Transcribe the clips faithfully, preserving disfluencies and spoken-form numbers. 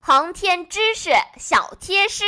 航天知识小贴士。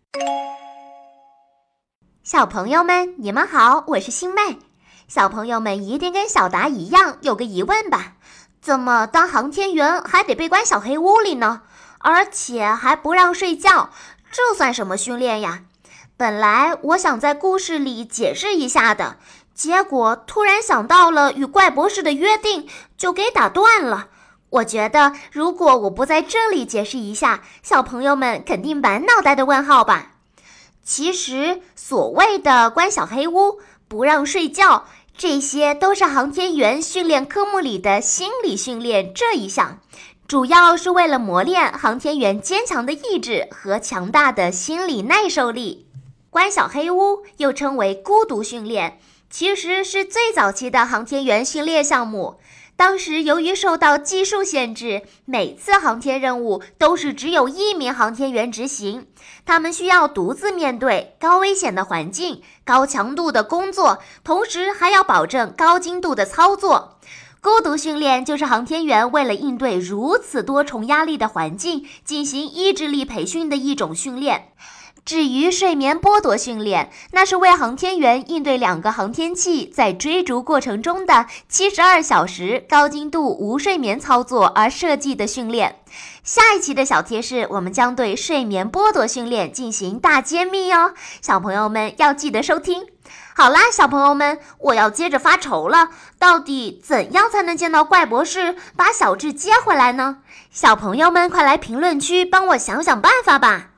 小朋友们，你们好，我是星妹。小朋友们一定跟小达一样有个疑问吧？怎么当航天员还得被关小黑屋里呢？而且还不让睡觉，这算什么训练呀？本来我想在故事里解释一下的，结果突然想到了与怪博士的约定，就给打断了。我觉得如果我不在这里解释一下，小朋友们肯定满脑袋的问号吧。其实所谓的关小黑屋、不让睡觉，这些都是航天员训练科目里的心理训练这一项，主要是为了磨练航天员坚强的意志和强大的心理耐受力。关小黑屋又称为孤独训练，其实是最早期的航天员训练项目。当时由于受到技术限制，每次航天任务都是只有一名航天员执行，他们需要独自面对高危险的环境、高强度的工作，同时还要保证高精度的操作。孤独训练就是航天员为了应对如此多重压力的环境，进行意志力培训的一种训练。至于睡眠剥夺训练，那是为航天员应对两个航天器在追逐过程中的七十二小时高精度无睡眠操作而设计的训练。下一期的小贴士，我们将对睡眠剥夺训练进行大揭秘哦，小朋友们要记得收听。好啦，小朋友们，我要接着发愁了，到底怎样才能见到怪博士，把小智接回来呢？小朋友们快来评论区帮我想想办法吧。